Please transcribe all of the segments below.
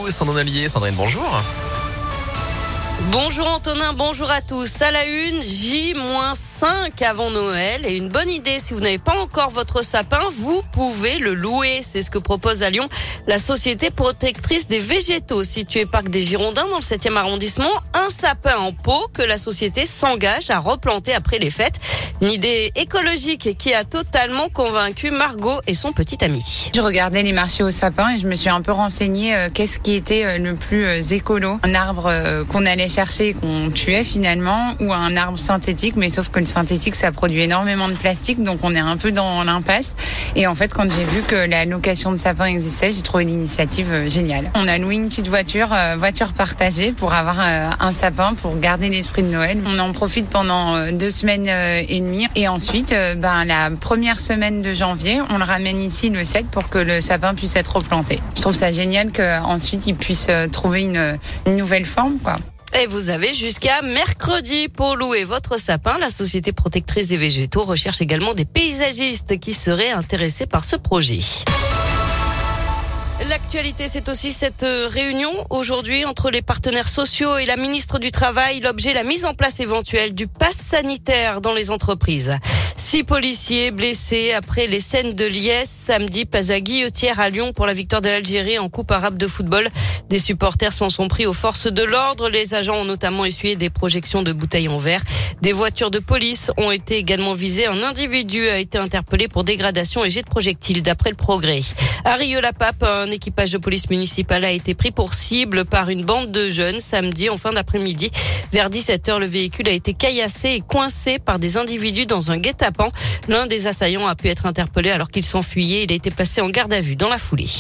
Sandrine Ollier. Sandrine, bonjour. Bonjour Antonin, bonjour à tous. À la une, J-5 avant Noël. Et une bonne idée, si vous n'avez pas encore votre sapin, vous pouvez le louer. C'est ce que propose à Lyon la Société protectrice des végétaux, située parc des Girondins dans le 7e arrondissement. Un sapin en pot que la société s'engage à replanter après les fêtes. Une idée écologique qui a totalement convaincu Margot et son petit ami. Je regardais les marchés aux sapins et je me suis un peu renseignée qu'est-ce qui était le plus écolo. Un arbre qu'on allait chercher et qu'on tuait finalement, ou un arbre synthétique, mais sauf que le synthétique ça produit énormément de plastique, donc on est un peu dans l'impasse. Et en fait, quand j'ai vu que la location de sapins existait, j'ai trouvé l'initiative géniale. On a loué une petite voiture partagée pour avoir un sapin pour garder l'esprit de Noël. On en profite pendant 2 semaines et demie. Et ensuite, la première semaine de janvier, on le ramène ici le 7 pour que le sapin puisse être replanté. Je trouve ça génial qu'ensuite il puisse trouver une nouvelle forme, quoi. Et vous avez jusqu'à mercredi pour louer votre sapin. La Société protectrice des végétaux recherche également des paysagistes qui seraient intéressés par ce projet. L'actualité, c'est aussi cette réunion aujourd'hui entre les partenaires sociaux et la ministre du Travail. L'objet, la mise en place éventuelle du pass sanitaire dans les entreprises. 6 policiers blessés après les scènes de Liesse samedi, place de la Guillotière à Lyon pour la victoire de l'Algérie en Coupe arabe de football. Des supporters s'en sont pris aux forces de l'ordre. Les agents ont notamment essuyé des projections de bouteilles en verre. Des voitures de police ont été également visées. Un individu a été interpellé pour dégradation et jet de projectiles d'après le Progrès. À Rieux-la-Pape, un équipage de police municipale a été pris pour cible par une bande de jeunes samedi en fin d'après-midi. Vers 17h, le véhicule a été caillassé et coincé par des individus dans un guet-apens. L'un des assaillants a pu être interpellé alors qu'il s'enfuyait. Il a été placé en garde à vue dans la foulée.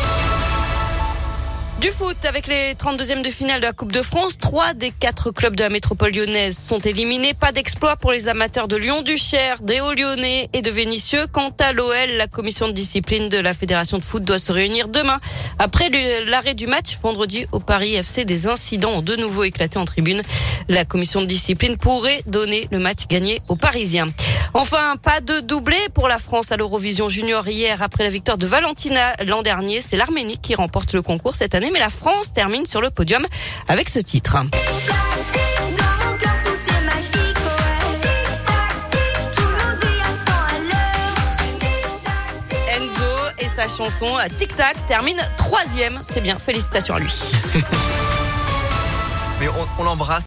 Du foot, avec les 32e de finale de la Coupe de France, 3 des 4 clubs de la métropole lyonnaise sont éliminés. Pas d'exploit pour les amateurs de Lyon-Duchère, des Hauts-Lyonnais et de Vénissieux. Quant à l'OL, la commission de discipline de la Fédération de foot doit se réunir demain. Après l'arrêt du match, vendredi au Paris FC, des incidents ont de nouveau éclaté en tribune. La commission de discipline pourrait donner le match gagné aux Parisiens. Enfin, pas de doublé pour la France à l'Eurovision Junior hier. Après la victoire de Valentina l'an dernier, c'est l'Arménie qui remporte le concours cette année. Mais la France termine sur le podium avec ce titre. Enzo et sa chanson Tic Tac termine 3e. C'est bien, félicitations à lui. Mais on l'embrasse.